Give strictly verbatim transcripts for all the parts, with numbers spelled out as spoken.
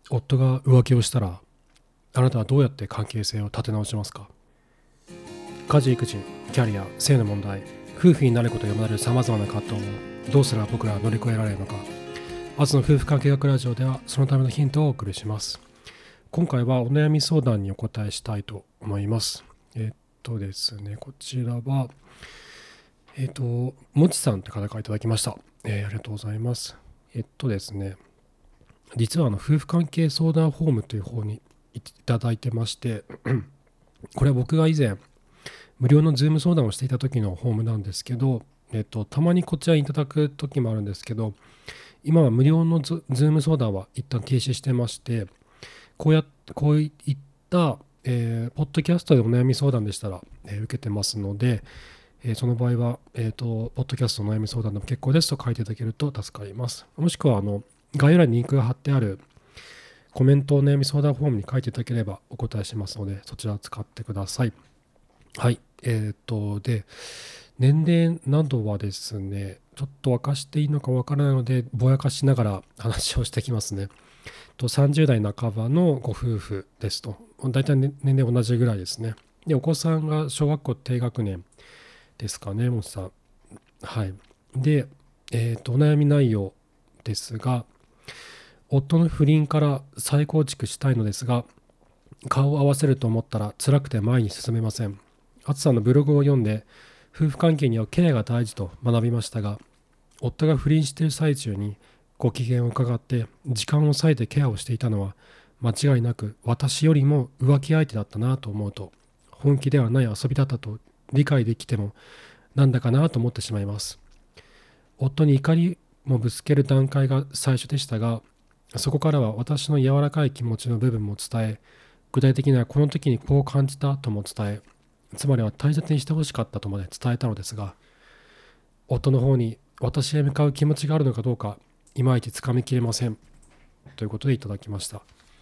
夫が浮気をしたら、あなたはどうやって関係性を立て直しますか？家事育児、キャリア、性の問題、夫婦になることを読まれる様々な葛藤をどうすれば僕らは乗り越えられるのか。アツの夫婦関係学ラジオではそのためのヒントをお送りします。今回はお悩み相談にお答えしたいと思います。えっとですね、こちらは、えっと、もちさんという方からいただきました。えーありがとうございます。えっとですね、実はあの夫婦関係相談フォームという方にいただいてまして、これは僕が以前、無料のズーム相談をしていた時のフォームなんですけど、えっと、たまにこちらにいただく時もあるんですけど、今は無料のズズーム相談は一旦停止してまして、こうやこういった、えーポッドキャストでお悩み相談でしたら、えー受けてますので、えーその場合は、えーと、ポッドキャストのお悩み相談でも結構ですと書いていただけると助かります。もしくは、あの、概要欄にリンクが貼ってあるコメントお悩み相談フォームに書いていただければお答えしますので、そちらを使ってください。はい。えっと、で、年齢などはですね、ちょっと明かしていいのかわからないので、ぼやかしながら話をしてきますね。とさんじゅう代半ばのご夫婦ですと。大体ね年齢同じぐらいですね。で、お子さんが小学校低学年ですかね、もちさん。はい。で、えっと、お悩み内容ですが、夫の不倫から再構築したいのですが、顔を合わせると思ったら辛くて前に進めません。あつさんのブログを読んで、夫婦関係にはケアが大事と学びましたが、夫が不倫している最中にご機嫌を伺って時間を割いてケアをしていたのは間違いなく私よりも浮気相手だったなと思うと、本気ではない遊びだったと理解できてもなんだかなと思ってしまいます。夫に怒りもぶつける段階が最初でしたが、そこからは私の柔らかい気持ちの部分も伝え、具体的にはこの時にこう感じたとも伝え、つまりは大切にしてほしかったとまで伝えたのですが、夫の方に私へ向かう気持ちがあるのかどうか、いまいちつかみきれません。ということでいただきました。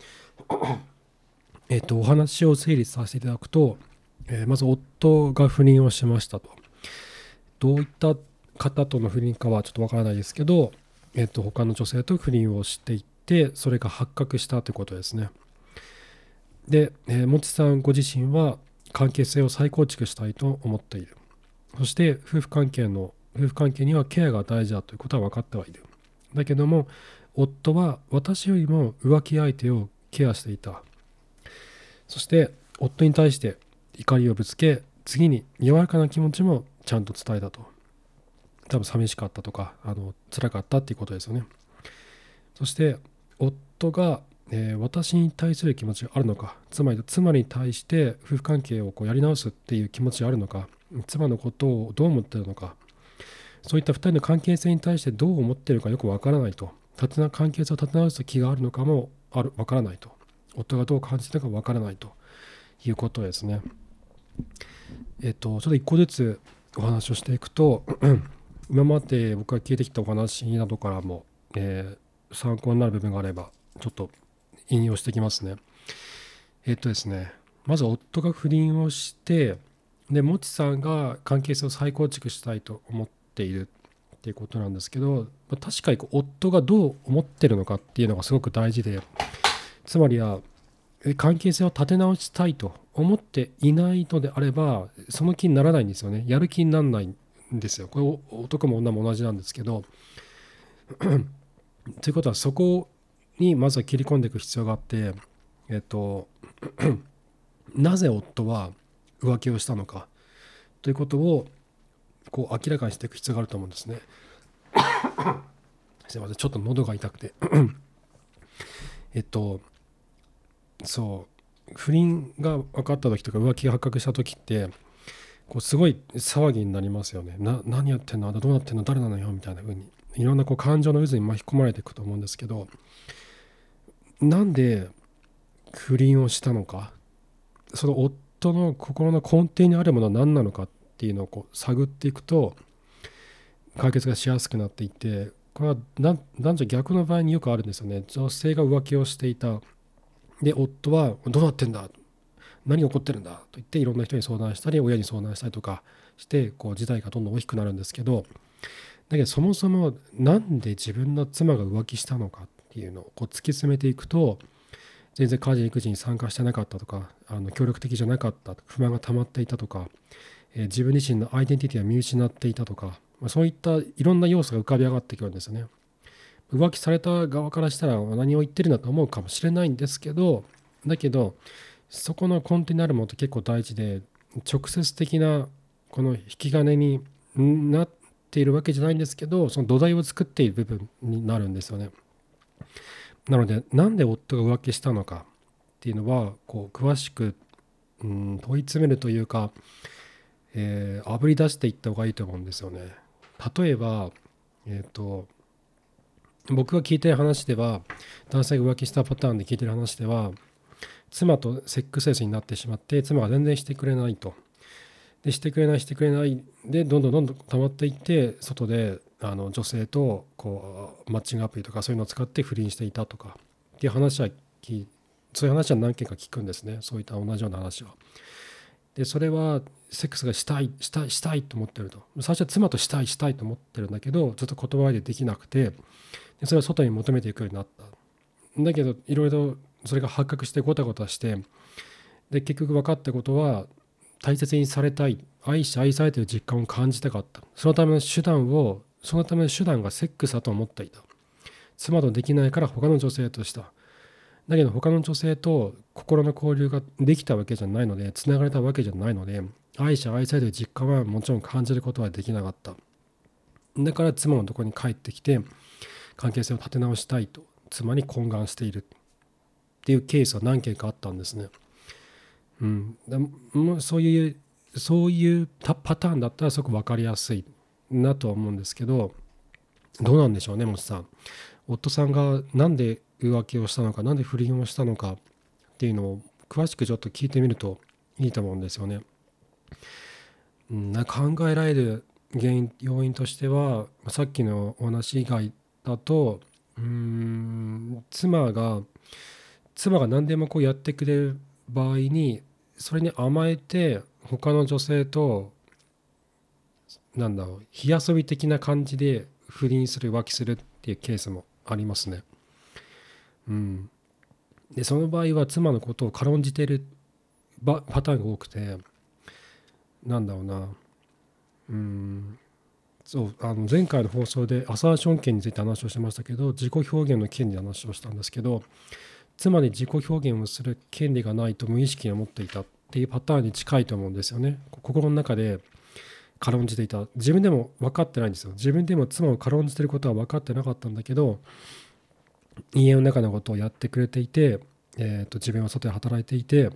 えっと、お話を整理させていただくと、えーまず夫が不倫をしましたと。どういった方との不倫かはちょっとわからないですけど、えっと、他の女性と不倫をしていて、それが発覚したということですね。で、えー、もちさんご自身は関係性を再構築したいと思っている。そして夫婦関係の夫婦関係にはケアが大事だということは分かってはいる。だけども夫は私よりも浮気相手をケアしていた。そして夫に対して怒りをぶつけ、次に柔らかな気持ちもちゃんと伝えたと。多分寂しかったとかあの辛かったっていうことですよね。そして夫が、えー私に対する気持ちがあるのか、つまり妻に対して夫婦関係をこうやり直すっていう気持ちがあるのか、妻のことをどう思っているのか、そういったふたりの関係性に対してどう思っているかよくわからないと。立てな関係性を立て直す気があるのかもあるわからないと。夫がどう感じているかわからないということですね。えっと、ちょっと一個ずつお話をしていくと、今まで僕が聞いてきたお話などからも、えー参考になる部分があれば、ちょっと引用していきますね。えっとですね、まず夫が不倫をして、で、もちさんが関係性を再構築したいと思っているっていうことなんですけど、まあ確かにこう夫がどう思ってるのかっていうのがすごく大事で、つまりはえ関係性を立て直したいと思っていないのであれば、その気にならないんですよね。やる気にならないんですよ。これお男も女も同じなんですけど、ということはそこにまずは切り込んでいく必要があって、えっと、なぜ夫は浮気をしたのかということをこう明らかにしていく必要があると思うんですね。すいません、ちょっと喉が痛くて。えっと、そう、不倫が分かった時とか浮気が発覚した時って、こうすごい騒ぎになりますよね。な、何やってんの、どうなってんの、誰なのよみたいな風に。いろんなこう感情の渦に巻き込まれていくと思うんですけど、なんで不倫をしたのか、その夫の心の根底にあるものは何なのかっていうのをこう探っていくと解決がしやすくなっていて、これは男女逆の場合によくあるんですよね。女性が浮気をしていた。で、夫はどうなってんだ、何が起こってるんだと言っていろんな人に相談したり、親に相談したりとかして、こう事態がどんどん大きくなるんですけど、だけどそもそもなんで自分の妻が浮気したのかっていうのをこう突き詰めていくと、 全然家事育児に参加してなかったとか、あの協力的じゃなかった、不満が溜まっていたとか、えー自分自身のアイデンティティを見失っていたとか、まあ、そういったいろんな要素が浮かび上がってくるんですよね。浮気された側からしたら何を言ってるんだと思うかもしれないんですけど、だけどそこの根底になるものって結構大事で、直接的なこの引き金になっているわけじゃないんですけど、その土台を作っている部分になるんですよね。なので、なんで夫が浮気したのかっていうのはこう詳しく、うん、問い詰めるというか、えー、炙り出していった方がいいと思うんですよね。例えば、えっと僕が聞いてる話では、男性が浮気したパターンで聞いてる話では、妻とセックスレスになってしまって、妻が全然してくれないと。で、してくれない、してくれないで、どんどんどんどん溜まっていって、外であの女性とこうマッチングアプリとかそういうのを使って不倫していたとかっていう話は聞いそういう話は何件か聞くんですね。そういった同じような話は。で、それはセックスがしたい、したい、したいと思ってると。最初は妻としたい、したいと思ってるんだけど、ずっと言葉でできなくて、でそれを外に求めていくようになった。だけどいろいろそれが発覚してゴタゴタして、で結局分かったことは、大切にされたい、愛し愛されている実感を感じたかった。そのための手段をそのための手段がセックスだと思っていた。妻とできないから他の女性とした。だけど他の女性と心の交流ができたわけじゃないので、つながれたわけじゃないので、愛し愛されている実感はもちろん感じることはできなかった。だから妻のところに帰ってきて関係性を立て直したいと妻に懇願しているっていうケースは何件かあったんですね。うん、だもうそういうそういうパターンだったらすごく分かりやすいなとは思うんですけど、どうなんでしょうね、もしさん。夫さんがなんで浮気をしたのか、なんで不倫をしたのかっていうのを詳しくちょっと聞いてみるといいと思うんですよね。うん、な考えられる原因要因としては、さっきのお話以外だと、うーん妻が妻が何でもこうやってくれる場合に、それに甘えて他の女性となんだろう火遊び的な感じで不倫する、浮気するっていうケースもありますね。うん、でその場合は妻のことを軽んじてるパターンが多くて、なんだろうな、うんそうあの前回の放送でアサーション権について話をしてましたけど、自己表現の権利の話をしたんですけど、妻に自己表現をする権利がないと無意識に思っていたっていうパターンに近いと思うんですよね。心の中で軽んじていた、自分でも分かってないんですよ。自分でも妻を軽んじてることは分かってなかったんだけど、家の中のことをやってくれていて、えー、と自分は外で働いていて、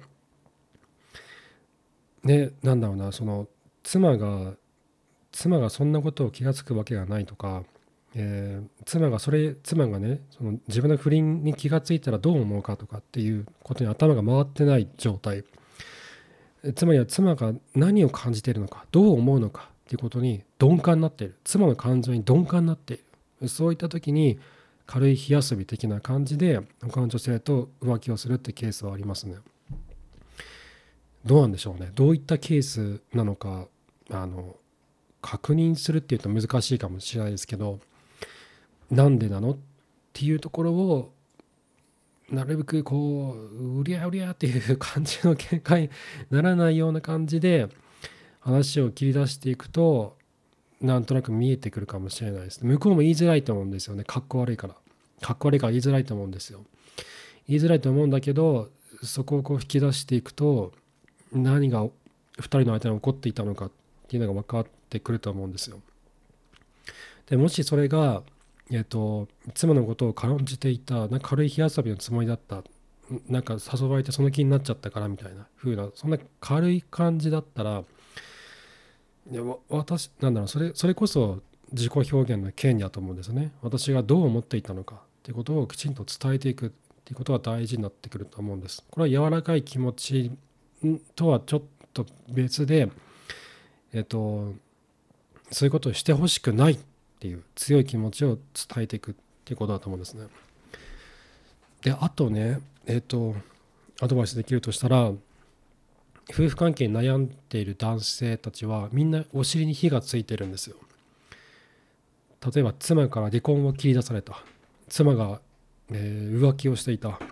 でなんだろうな、その妻が妻がそんなことを気がつくわけがないとか、えー妻がそれ妻がねその自分の不倫に気がついたらどう思うかとかっていうことに頭が回ってない状態、つまりは妻が何を感じているのか、どう思うのかっていうことに鈍感になっている、妻の感情に鈍感になっている。そういった時に軽い火遊び的な感じで他の女性と浮気をするってケースはありますね。どうなんでしょうね。どういったケースなのか、あの確認するっていうと難しいかもしれないですけど、なんでなのっていうところをなるべくこううりゃうりゃっていう感じの見解にならないような感じで話を切り出していくと、なんとなく見えてくるかもしれないです。向こうも言いづらいと思うんですよね。かっこ悪いからかっこ悪いから言いづらいと思うんですよ。言いづらいと思うんだけど、そこをこう引き出していくと何がふたりの間に起こっていたのかっていうのが分かってくると思うんですよ。でもしそれが、えー、と妻のことを軽んじていた、なんか軽い火遊びのつもりだった、なんか誘われてその気になっちゃったからみたいな風な、そんな軽い感じだったら、いや私なんだろう、それそれこそ自己表現の権利だと思うんですよね。私がどう思っていたのかっていうことをきちんと伝えていくっていうことが大事になってくると思うんです。これは柔らかい気持ちとはちょっと別で、えっとそういうことをしてほしくないっていう強い気持ちを伝えていくっていうことだと思うんですね。で、あとね、えっとアドバイスできるとしたら、夫婦関係に悩んでいる男性たちはみんなお尻に火がついてるんですよ。例えば妻から離婚を切り出された、妻が、えー浮気をしていた、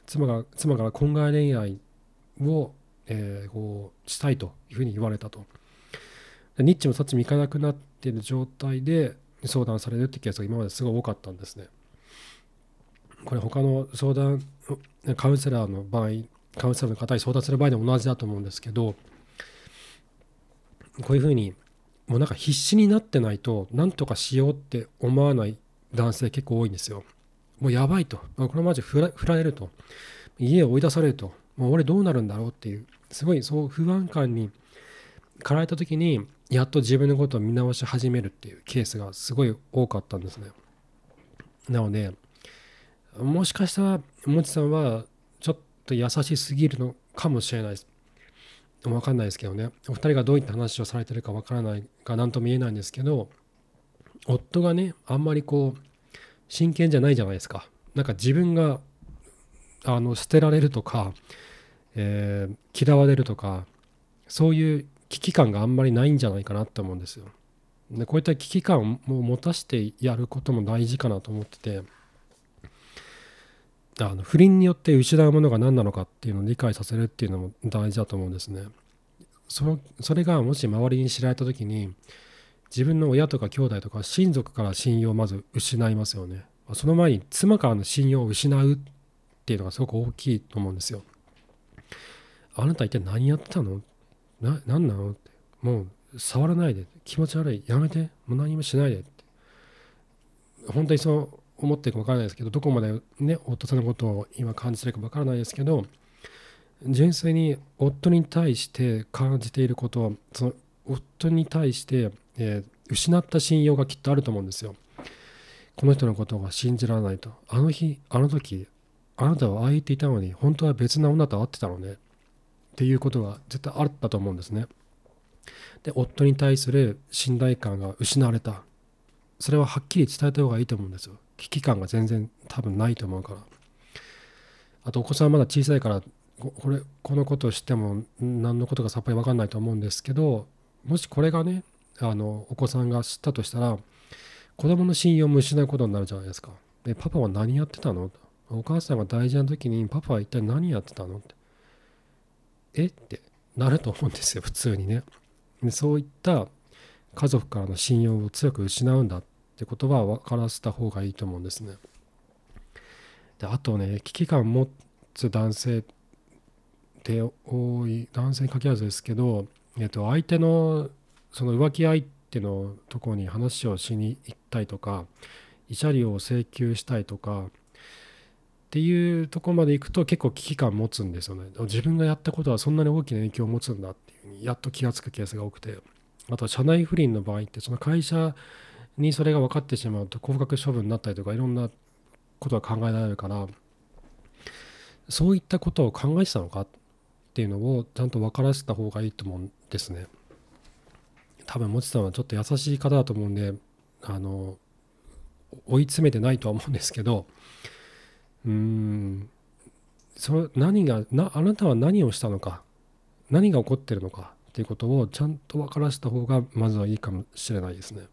妻が妻から婚外恋愛を、えーこうしたいというふうに言われたと。でニッチもサッチもいかなくなっている状態で相談されるってケースが今まですごい多かったんですね。これ他の相談カウンセラーの場合カウンセラーの方に相談する場合でも同じだと思うんですけど、こういうふうにもうなんか必死になってないと何とかしようって思わない男性結構多いんですよ。もうやばいと、これマジ振ら振られると、家を追い出されると、もう俺どうなるんだろうっていう、すごいそう不安感に駆られた時にやっと自分のことを見直し始めるっていうケースがすごい多かったんですね。なのでもしかしたらもちさんはちょっと優しすぎるのかもしれないです。分かんないですけどね、お二人がどういった話をされてるか分からないが何とも言えないんですけど、夫がねあんまりこう真剣じゃないじゃないですか。なんか自分があの捨てられるとか、えー嫌われるとか、そういう危機感があんまりないんじゃないかなって思うんですよ。でこういった危機感を持たせてやることも大事かなと思ってて、あの不倫によって失うものが何なのかっていうのを理解させるっていうのも大事だと思うんですね。そのそれがもし周りに知られた時に自分の親とか兄弟とか親族から信用をまず失いますよね。その前に妻からの信用を失うっていうのがすごく大きいと思うんですよ。あなた一体何やってたの？な、何なのって。もう触らないで。気持ち悪い。やめて。もう何もしないでって。本当にそう思ってるか分からないですけど、どこまでね、夫さんのことを今感じてるか分からないですけど、純粋に夫に対して感じていること、その夫に対して、えー失った信用がきっとあると思うんですよ。この人のことが信じられないと。あの日、あの時、あなたはああ言っていたのに、本当は別な女と会ってたのね。っていうことが絶対あったと思うんですね。で、夫に対する信頼感が失われた。それははっきり伝えた方がいいと思うんですよ。危機感が全然多分ないと思うから。あと、お子さんはまだ小さいから、ここれ、このことを知っても何のことかさっぱり分かんないと思うんですけど、もしこれがね、あの、お子さんが知ったとしたら、子供の信用も失うことになるじゃないですか。で、パパは何やってたの？お母さんが大事な時にパパは一体何やってたのって。えってなると思うんですよ、普通にね。でそういった家族からの信用を強く失うんだってことは分からせた方がいいと思うんですね。で、あとね、危機感を持つ男性って多い、男性に限らずですけど、えっと、相手のその浮気相手のところに話をしに行ったりとか、慰謝料を請求したいとかっていうところまで行くと結構危機感持つんですよね。自分がやったことはそんなに大きな影響を持つんだっていうふうにやっと気がつくケースが多くて、あと社内不倫の場合ってその会社にそれが分かってしまうと降格処分になったりとかいろんなことが考えられるから、そういったことを考えてたのかっていうのをちゃんと分からせた方がいいと思うんですね。多分もちさんはちょっと優しい方だと思うんで、あの追い詰めてないとは思うんですけど、うーんそれ何がなあなたは何をしたのか、何が起こってるのかっていうことをちゃんと分からせた方がまずはいいかもしれないですね。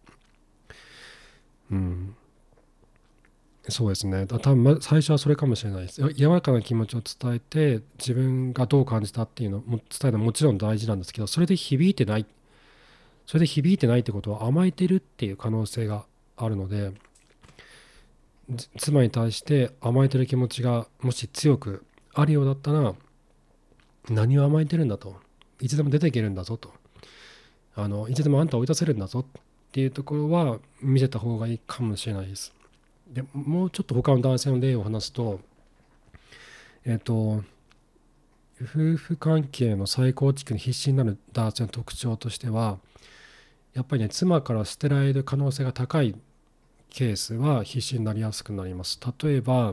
うんそうですね。だ多分ま最初はそれかもしれないです。や柔らかな気持ちを伝えて自分がどう感じたっていうのも伝えるのはもちろん大事なんですけど、それで響いてない、それで響いてないってことは甘えてるっていう可能性があるので、じ妻に対して甘えてる気持ちがもし強くあるようだったら、何を甘えてるんだと、いつでも出ていけるんだぞと、あのいつでもあんたを追い出せるんだぞっていうところは見せた方がいいかもしれないです。でもうちょっと他の男性の例を話すと、えっと夫婦関係の再構築に必死になる男性の特徴としては、やっぱりね、妻から捨てられる可能性が高いケースは必死になりやすくなります。例えば、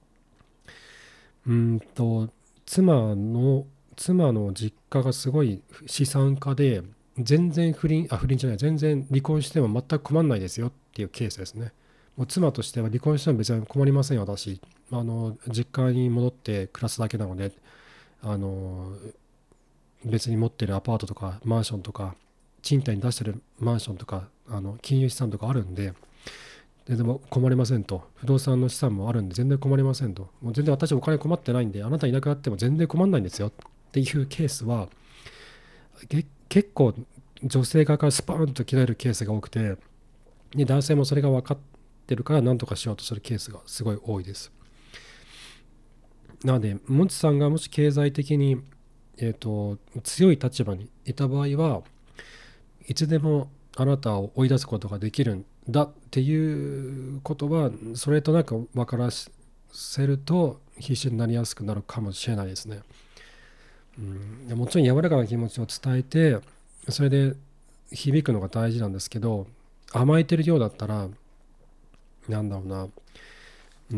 うんと妻の妻の実家がすごい資産家で、全然不倫あ不倫じゃない全然離婚しても全く困らないですよっていうケースですね。もう妻としては離婚しても別に困りませんよ、私あの実家に戻って暮らすだけなので、あの別に持ってるアパートとかマンションとか賃貸に出してるマンションとかあの金融資産とかあるんで、 全然困りませんと。不動産の資産もあるんで全然困りませんと。もう全然私お金困ってないんで、あなたいなくなっても全然困んないんですよっていうケースは、け結構女性側からスパーンと切られるケースが多くて、で男性もそれが分かってるから何とかしようとするケースがすごい多いです。なので、もちさんがもし経済的に、えーと、強い立場にいた場合はいつでもあなたを追い出すことができるんだっていうことはそれとなく分からせると必死になりやすくなるかもしれないですね。うん、もちろん柔らかな気持ちを伝えてそれで響くのが大事なんですけど、甘えてるようだったらなんだろうな、うん、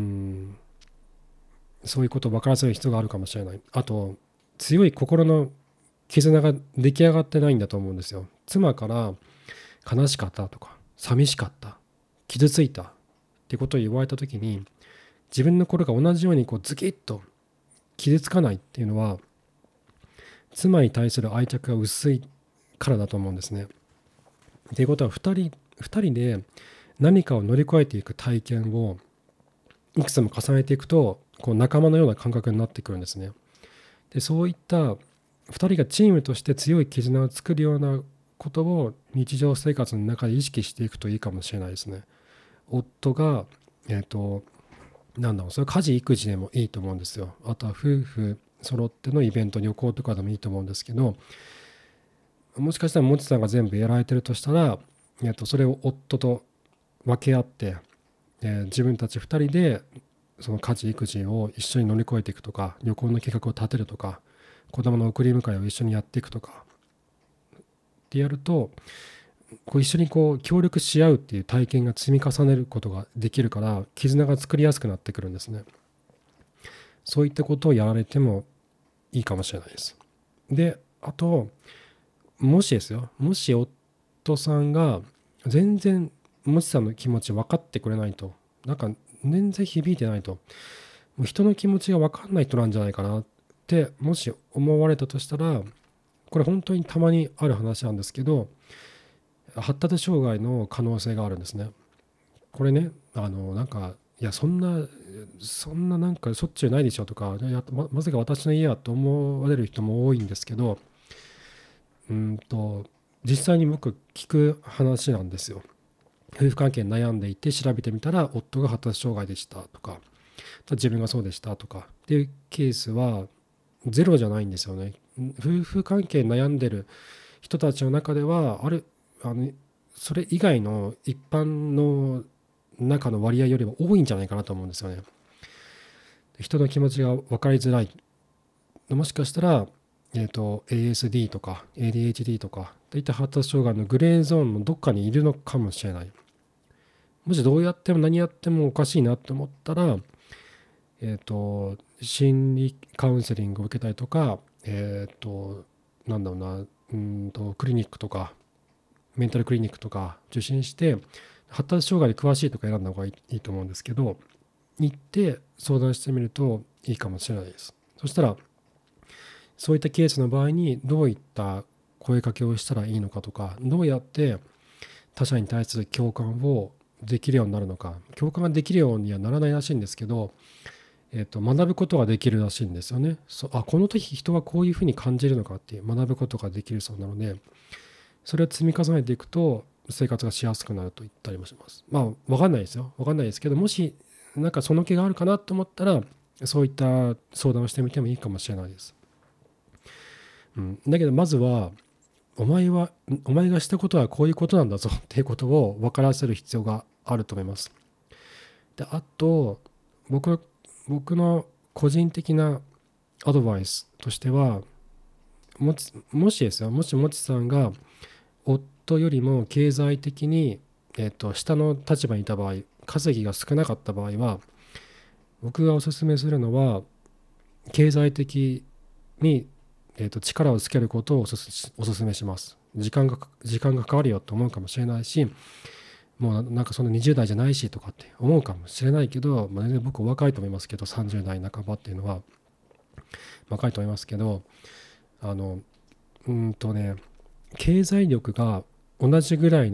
そういうことを分からせる必要があるかもしれない。あと強い心の絆が出来上がってないんだと思うんですよ。妻から悲しかったとか寂しかった傷ついたってことを言われた時に自分の心が同じようにこうズキッと傷つかないっていうのは妻に対する愛着が薄いからだと思うんですね。っていうことは2人ふたりで何かを乗り越えていく体験をいくつも重ねていくとこう仲間のような感覚になってくるんですね。でそういったふたりがチームとして強い絆を作るようなことを日常生活の中で意識していくといいかもしれないですね。夫が、えっと、なんだろう、それ家事育児でもいいと思うんですよ。あとは夫婦揃ってのイベント、旅行とかでもいいと思うんですけど、もしかしたらもちさんが全部やられてるとしたら、えっと、それを夫と分け合って、えー自分たちふたりでその家事育児を一緒に乗り越えていくとか、旅行の計画を立てるとか、子供の送り迎えを一緒にやっていくとかってやると、こう一緒にこう協力し合うっていう体験が積み重ねることができるから絆が作りやすくなってくるんですね。そういったことをやられてもいいかもしれないです。で、あともしですよ、もし夫さんが全然もちさんの気持ち分かってくれないと、なんか全然響いてないと、もう人の気持ちが分かんない人なんじゃないかなってもし思われたとしたら、これ本当にたまにある話なんですけど、発達障害の可能性があるんですね。これね、あのなんかいやそんなそんななんかしょっちゅうないでしょとか、いやままさか私の家やと思われる人も多いんですけど、うんと実際に僕聞く話なんですよ。夫婦関係に悩んでいて調べてみたら夫が発達障害でしたとか、自分がそうでしたとかっていうケースはゼロじゃないんですよね。夫婦関係に悩んでる人たちの中ではあるあのそれ以外の一般の中の割合よりも多いんじゃないかなと思うんですよね。人の気持ちが分かりづらい。もしかしたら、えーと、エーエスディー とか エーディーエイチディー とかといった発達障害のグレーゾーンのどっかにいるのかもしれない。もしどうやっても何やってもおかしいなと思ったら、えーと、心理カウンセリングを受けたりとか、えーと、なんだろうな、うんとクリニックとかメンタルクリニックとか受診して発達障害に詳しいとか選んだ方がいいと思うんですけど、行って相談してみるといいかもしれないです。そしたらそういったケースの場合にどういった声かけをしたらいいのかとか、どうやって他者に対する共感をできるようになるのか、共感ができるようにはならないらしいんですけど、えー、と学ぶことができるらしいんですよね。そあこの時人はこういうふうに感じるのかっていう学ぶことができるそうなので、それを積み重ねていくと生活がしやすくなると言ったりもします。まあ分かんないですよ。分かんないですけど、もしなんかその気があるかなと思ったら、そういった相談をしてみてもいいかもしれないです。うん、だけどまずはお前はお前がしたことはこういうことなんだぞっていうことを分からせる必要があると思います。で、あと僕僕の個人的なアドバイスとしては、もちもしですよ、もしもちさんが夫よりも経済的に、えー、と下の立場にいた場合、稼ぎが少なかった場合は、僕がおすすめするのは経済的に、えー、と力をつけることをおすすおすすめします。時間が時間がかかるよと思うかもしれないし、もうなんかそのにじゅう代じゃないしとかって思うかもしれないけど、まあ、全然僕若いと思いますけど、さんじゅう代半ばっていうのは若いと思いますけど、あのうんとね経済力が同じぐらいの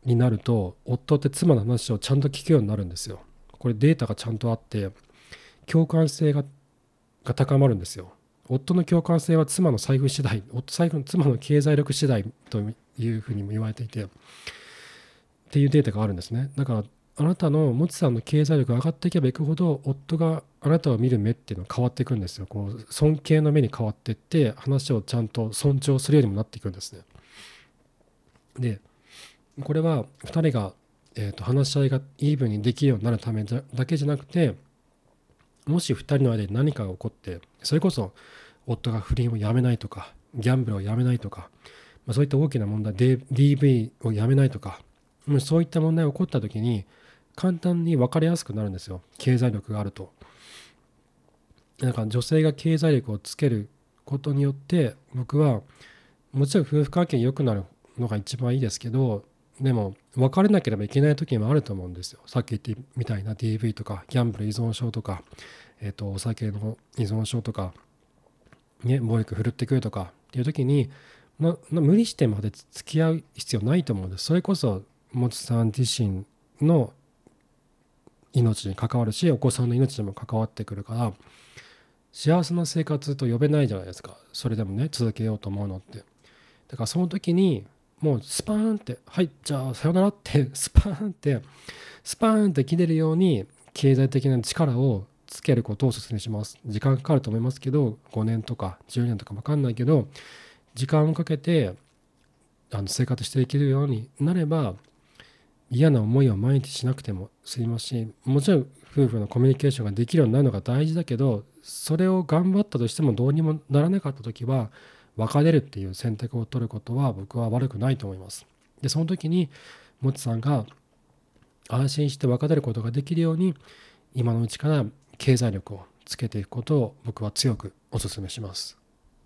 になると夫って妻の話をちゃんと聞くようになるんですよ。これデータがちゃんとあって共感性がが高まるんですよ。夫の共感性は妻の財布次第、夫財布妻の経済力次第というふうにも言われていてっていうデータがあるんですね。だからあなたのもちさんの経済力が上がっていけばいくほど夫があなたを見る目っていうのは変わっていくんですよ。こう尊敬の目に変わっていって話をちゃんと尊重するようにもなっていくんですね。でこれはふたりが、えー、と話し合いがイーブンにできるようになるためだけじゃなくて、もしふたりの間に何かが起こってそれこそ夫が不倫をやめないとかギャンブルをやめないとか、まあ、そういった大きな問題 ディーブイ をやめないとか、そういった問題が起こった時に簡単に分かりやすくなるんですよ。経済力があると。だから女性が経済力をつけることによって僕はもちろん夫婦関係良くなるのが一番いいですけど、でも別れなければいけない時もあると思うんですよ。さっき言ったみたいな ディーブイ とかギャンブル依存症とか、えー、とお酒の依存症とか、ね、暴力振るってくるとかっていう時に、ま、無理してまで付き合う必要ないと思うんです。それこそもちさん自身の命に関わるしお子さんの命にも関わってくるから幸せな生活と呼べないじゃないですか。それでもね続けようと思うのって。だからその時にもうスパーンってはいじゃあさよならってスパーンってスパーンって切れるように経済的な力をつけることをお勧めします。時間かかると思いますけどごねんとかじゅうねんとか分かんないけど時間をかけてあの生活していけるようになれば嫌な思いを毎日しなくても済みますし、もちろん夫婦のコミュニケーションができるようになるのが大事だけど、それを頑張ったとしてもどうにもならなかった時は別れるっていう選択を取ることは僕は悪くないと思います。でその時にもちさんが安心して別れることができるように今のうちから経済力をつけていくことを僕は強くお勧めします。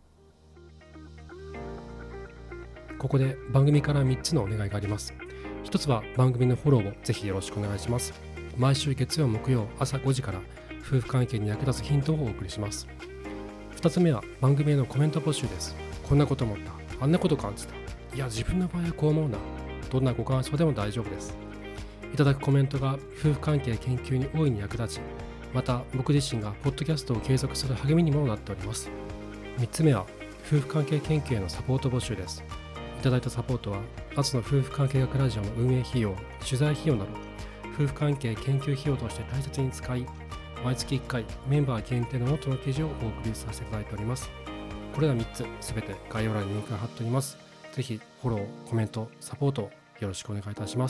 ここで番組からみっつのお願いがあります。ひとつは番組のフォローをぜひよろしくお願いします。毎週月曜木曜朝ごじから夫婦関係に役立つヒントをお送りします。ふたつめは番組へのコメント募集です。こんなこと思った、あんなこと感じた、いや自分の場合はこう思うな、どんなご感想でも大丈夫です。いただくコメントが夫婦関係研究に大いに役立ち、また僕自身がポッドキャストを継続する励みにもなっております。みっつめは夫婦関係研究へのサポート募集です。いただいたサポートはアツの夫婦関係学ラジオの運営費用、取材費用など夫婦関係研究費用として大切に使い、毎月いっかいメンバー限定のノートの記事をお送りさせていただいております。これらみっつすべて概要欄にリンクが貼っております。ぜひフォロー、コメント、サポートよろしくお願いいたします。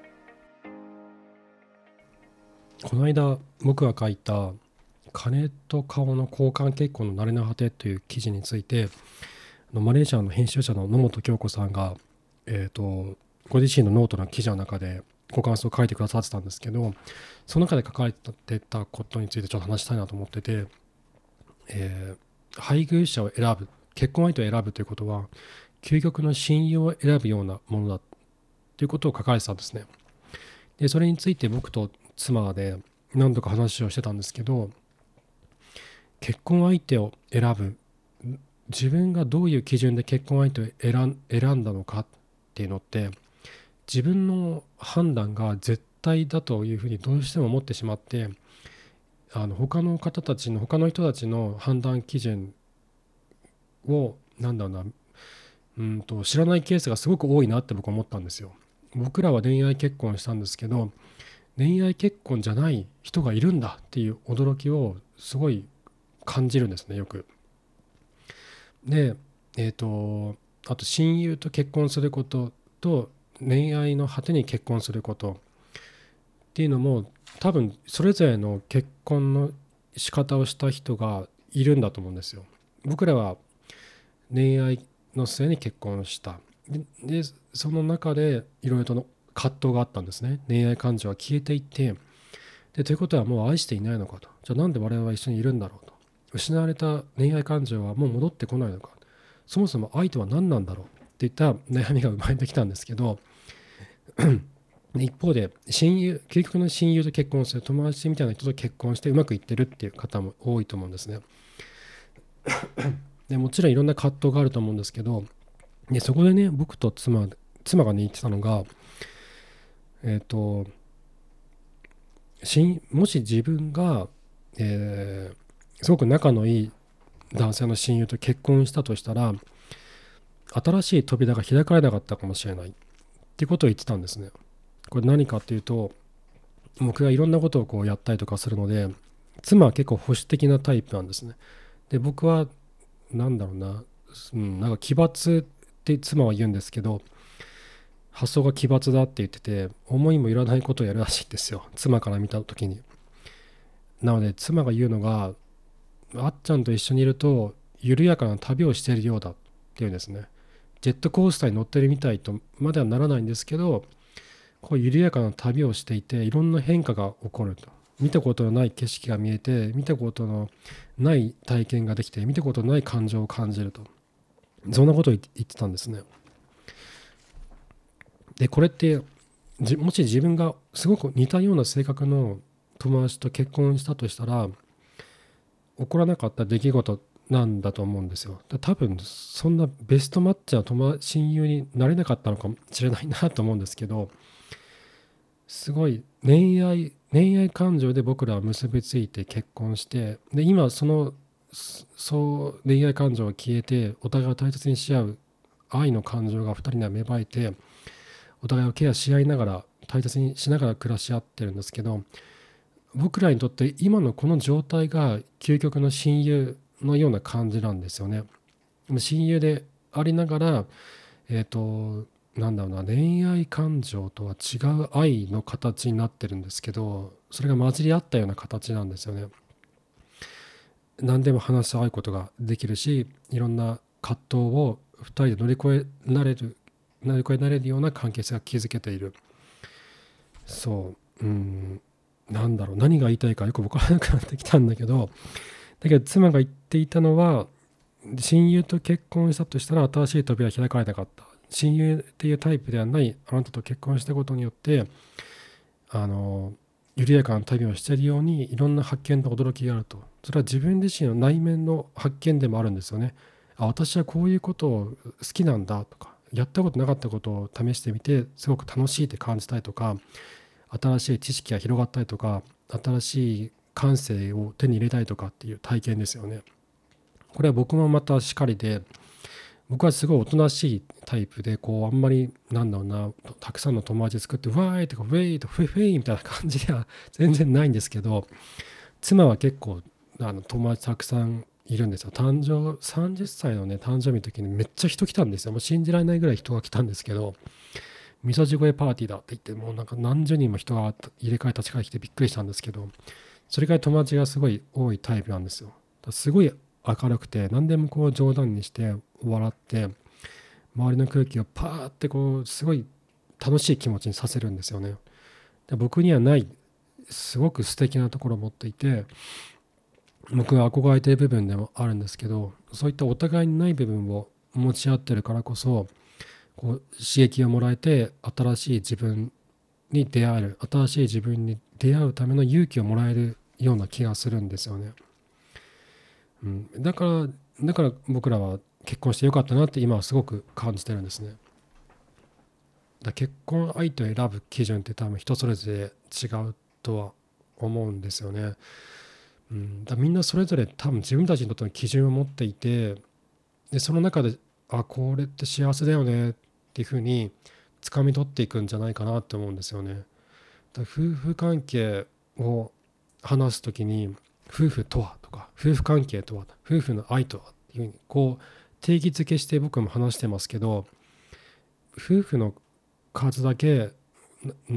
この間僕が書いた金と顔の交換結婚の慣れの果てという記事について、マレーシアの編集者の野本京子さんが、えー、とご自身のノートの記事の中でご感想を書いてくださってたんですけど、その中で書かれてたことについてちょっと話したいなと思ってて、えー、配偶者を選ぶ、結婚相手を選ぶということは究極の親友を選ぶようなものだということを書かれてたんですね。でそれについて僕と妻で何度か話をしてたんですけど、結婚相手を選ぶ、自分がどういう基準で結婚相手を選ん、選んだのかっていうのって自分の判断が絶対だというふうにどうしても思ってしまって、あの他の方たちの他の人たちの判断基準をなんだろうなうんと知らないケースがすごく多いなって僕は思ったんですよ。僕らは恋愛結婚したんですけど、恋愛結婚じゃない人がいるんだっていう驚きをすごい感じるんですね、よく。で、えーと、あと親友と結婚することと恋愛の果てに結婚することっていうのも多分それぞれの結婚の仕方をした人がいるんだと思うんですよ。僕らは恋愛の末に結婚した。で、でその中でいろいろと葛藤があったんですね。恋愛感情は消えていって、でということはもう愛していないのかと。じゃあなんで我々は一緒にいるんだろうと。失われた恋愛感情はもう戻ってこないのか。そもそも愛とは何なんだろうっていった悩みが生まれてきたんですけど一方で親友、究極の親友と結婚する、友達みたいな人と結婚してうまくいってるっていう方も多いと思うんですね。でもちろんいろんな葛藤があると思うんですけど、でそこでね僕と妻妻がね言ってたのが、えっとしもし自分が、えーすごく仲のいい男性の親友と結婚したとしたら、新しい扉が開かれなかったかもしれないっていうことを言ってたんですね。これ何かっていうと、僕がいろんなことをこうやったりとかするので、妻は結構保守的なタイプなんですね。で、僕はなんだろうな、うん、なんか奇抜って妻は言うんですけど、発想が奇抜だって言ってて、思いもいらないことをやるらしいんですよ、妻から見た時に。なので妻が言うのが、あっちゃんと一緒にいると緩やかな旅をしているようだっていうんですね。ジェットコースターに乗ってるみたいとまではならないんですけど、こう緩やかな旅をしていて、いろんな変化が起こると。見たことのない景色が見えて、見たことのない体験ができて、見たことのない感情を感じると。そんなことを言ってたんですね。で、これってじもし自分がすごく似たような性格の友達と結婚したとしたら、起こらなかった出来事なんだと思うんですよ。だ多分そんなベストマッチな友達親友になれなかったのかもしれないなと思うんですけど、すごい恋愛恋愛感情で僕らは結びついて結婚して、で今そのそう恋愛感情が消えて、お互いを大切にし合う愛の感情がふたりには芽生えて、お互いをケアし合いながら大切にしながら暮らし合ってるんですけど、僕らにとって今のこの状態が究極の親友のような感じなんですよね。親友でありながら、えっとなんだろうな、恋愛感情とは違う愛の形になってるんですけど、それが混じり合ったような形なんですよね。何でも話し合うことができるし、いろんな葛藤をふたりで乗り越えられる乗り越えられるような関係性が築けている。そう、うん、なんだろう、何が言いたいかよく分からなくなってきたんだけど、だけど妻が言っていたのは、親友と結婚したとしたら新しい扉は開かれなかった。親友っていうタイプではないあなたと結婚したことによって、あの緩やかな旅をしているようにいろんな発見と驚きがあると。それは自分自身の内面の発見でもあるんですよね。あ、私はこういうことを好きなんだとか、やったことなかったことを試してみてすごく楽しいって感じたいとか、新しい知識が広がったりとか、新しい感性を手に入れたいとかっていう体験ですよね。これは僕もまたしかりで、僕はすごいおとなしいタイプで、こうあんまりなんだろうな、たくさんの友達作ってわーいとかウェイとかフェフェイみたいな感じでは全然ないんですけど、妻は結構あの友達たくさんいるんですよ。誕生さんじゅっさいのね誕生日の時にめっちゃ人来たんですよ。もう信じられないぐらい人が来たんですけど、味噌地声パーティーだって言って、もうなんか何十人も人が入れ替え立ち替えてきてびっくりしたんですけど、それぐらい友達がすごい多いタイプなんですよ。だからすごい明るくて、何でもこう冗談にして笑って、周りの空気をパーってこうすごい楽しい気持ちにさせるんですよね。で僕にはないすごく素敵なところを持っていて、僕が憧れている部分でもあるんですけど、そういったお互いにない部分を持ち合ってるからこそ、こう刺激をもらえて新しい自分に出会える、新しい自分に出会うための勇気をもらえるような気がするんですよね。うん、だからだから僕らは結婚してよかったなって今はすごく感じてるんですね。だ結婚相手を選ぶ基準って多分人それぞれ違うとは思うんですよね。うん、だみんなそれぞれ多分自分たちにとっての基準を持っていて、でその中であこれって幸せだよねっていうふうに掴み取っていくんじゃないかなって思うんですよね。だ夫婦関係を話すときに、夫婦とはとか夫婦関係とは、夫婦の愛とはっていうふうにこう定義づけして僕も話してますけど、夫婦の数だけ、うん、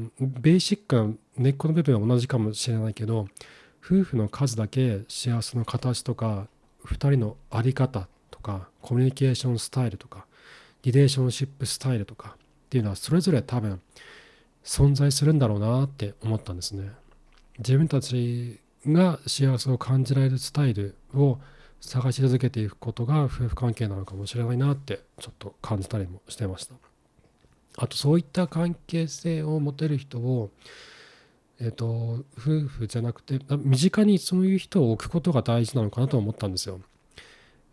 ベーシックな根っこの部分は同じかもしれないけど、夫婦の数だけ幸せの形とかふたりの在り方とかコミュニケーションスタイルとかリレーションシップスタイルとかっていうのはそれぞれ多分存在するんだろうなって思ったんですね。自分たちが幸せを感じられるスタイルを探し続けていくことが夫婦関係なのかもしれないなってちょっと感じたりもしてました。あとそういった関係性を持てる人を、えーと、夫婦じゃなくて身近にそういう人を置くことが大事なのかなと思ったんですよ。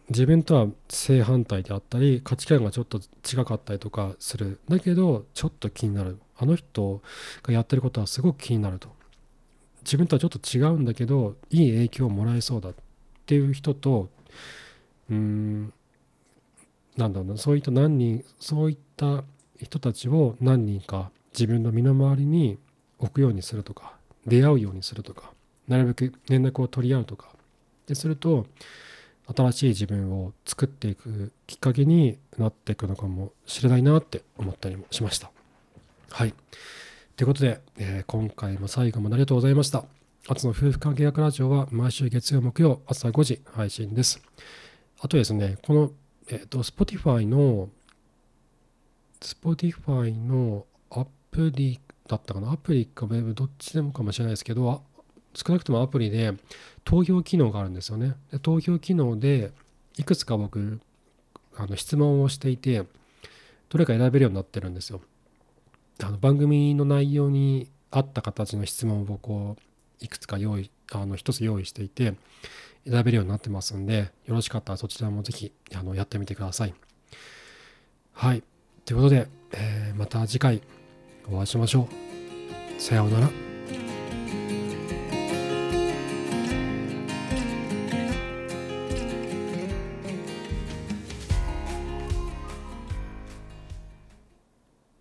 自分とは正反対であったり価値観がちょっと違かったりとかする。だけどちょっと気になる。あの人がやってることはすごく気になると。自分とはちょっと違うんだけどいい影響をもらえそうだっていう人と、うーんなんだろうな、そういった何人そういった人たちを何人か自分の身の回りに置くようにするとか、出会うようにするとか、なるべく連絡を取り合うとかですると、新しい自分を作っていくきっかけになっていくのかもしれないなって思ったりもしました。はい。ということで、えー今回も最後までありがとうございました。あつの夫婦関係学ラジオは毎週月曜木曜朝ごじ配信です。あとですね、この、えっと、Spotify の、Spotify のアプリだったかな、アプリかウェブどっちでもかもしれないですけど、あ少なくともアプリで投票機能があるんですよね。で投票機能でいくつか僕、あの質問をしていて、どれか選べるようになってるんですよ。あの番組の内容に合った形の質問をこういくつか用意、あの一つ用意していて選べるようになってますんで、よろしかったらそちらもぜひあのやってみてください。はい。ということで、えーまた次回お会いしましょう。さようなら。